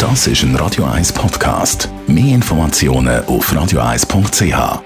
Das ist ein Radio 1 Podcast. Mehr Informationen auf radio1.ch.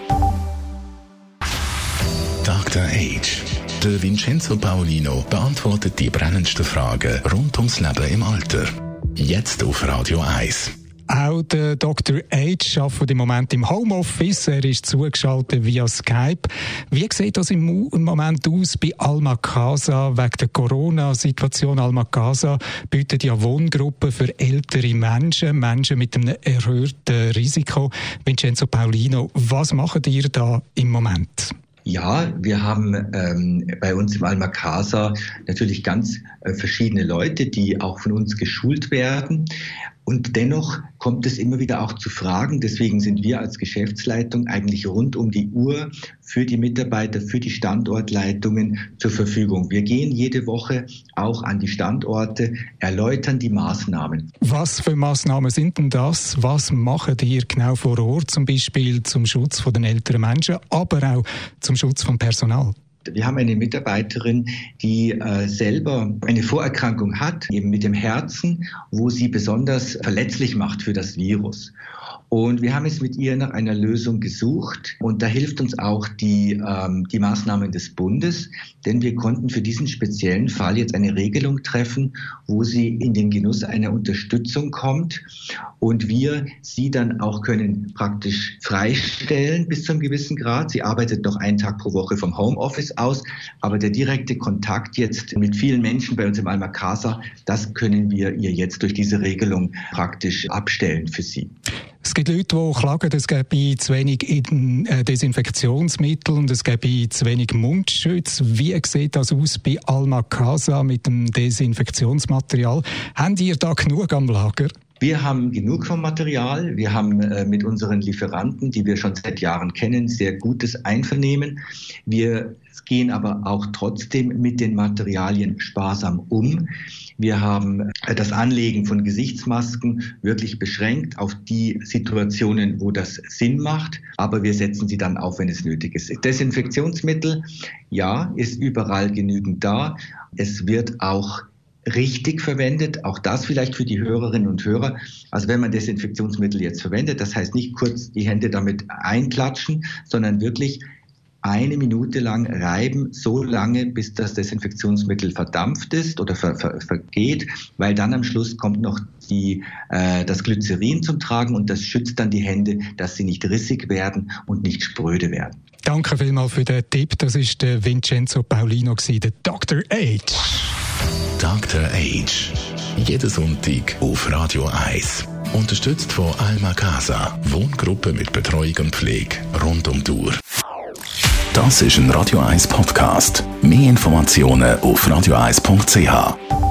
Dr. Age. Der Vincenzo Paolino beantwortet die brennendsten Fragen rund ums Leben im Alter. Jetzt auf Radio 1. Auch der Dr. Age arbeitet im Moment im Homeoffice. Er ist zugeschaltet via Skype. Wie sieht das im Moment aus bei Alma Casa wegen der Corona-Situation? Alma Casa bietet ja Wohngruppen für ältere Menschen mit einem erhöhten Risiko. Vincenzo Paolino, was macht ihr da im Moment? Ja, wir haben bei uns im Alma Casa natürlich ganz verschiedene Leute, die auch von uns geschult werden. Und dennoch kommt es immer wieder auch zu Fragen. Deswegen sind wir als Geschäftsleitung eigentlich rund um die Uhr für die Mitarbeiter, für die Standortleitungen zur Verfügung. Wir gehen jede Woche auch an die Standorte, erläutern die Maßnahmen. Was für Maßnahmen sind denn das? Was macht ihr genau vor Ort, zum Beispiel zum Schutz von den älteren Menschen, aber auch zum Schutz von Personal? Wir haben eine Mitarbeiterin, die selber eine Vorerkrankung hat, eben mit dem Herzen, wo sie besonders verletzlich macht für das Virus. Und wir haben jetzt mit ihr nach einer Lösung gesucht und da hilft uns auch die Maßnahmen des Bundes, denn wir konnten für diesen speziellen Fall jetzt eine Regelung treffen, wo sie in den Genuss einer Unterstützung kommt und wir sie dann auch können praktisch freistellen bis zu einem gewissen Grad. Sie arbeitet noch einen Tag pro Woche vom Homeoffice aus, aber der direkte Kontakt jetzt mit vielen Menschen bei uns im Alma Casa, das können wir ihr jetzt durch diese Regelung praktisch abstellen für sie. Es gibt Leute, die klagen, es gäbe zu wenig Desinfektionsmittel und es gäbe zu wenig Mundschutz. Wie sieht das aus bei Alma Casa mit dem Desinfektionsmaterial? Habt ihr da genug am Lager? Wir haben genug vom Material. Wir haben mit unseren Lieferanten, die wir schon seit Jahren kennen, sehr gutes Einvernehmen. Wir gehen aber auch trotzdem mit den Materialien sparsam um. Wir haben das Anlegen von Gesichtsmasken wirklich beschränkt auf die Situationen, wo das Sinn macht. Aber wir setzen sie dann auf, wenn es nötig ist. Desinfektionsmittel, ja, ist überall genügend da. Es wird auch richtig verwendet, auch das vielleicht für die Hörerinnen und Hörer. Also wenn man Desinfektionsmittel jetzt verwendet, das heißt nicht kurz die Hände damit einklatschen, sondern wirklich 1 Minute lang reiben, so lange, bis das Desinfektionsmittel verdampft ist oder vergeht, weil dann am Schluss kommt noch das Glycerin zum Tragen und das schützt dann die Hände, dass sie nicht rissig werden und nicht spröde werden. Danke vielmals für den Tipp. Das ist der Vincenzo Paolino, der Dr. Age. Dr. Age. Jeden Sonntag auf Radio 1. Unterstützt von Alma Casa. Wohngruppe mit Betreuung und Pflege rund um die Uhr. Das ist ein Radio 1 Podcast. Mehr Informationen auf radio1.ch.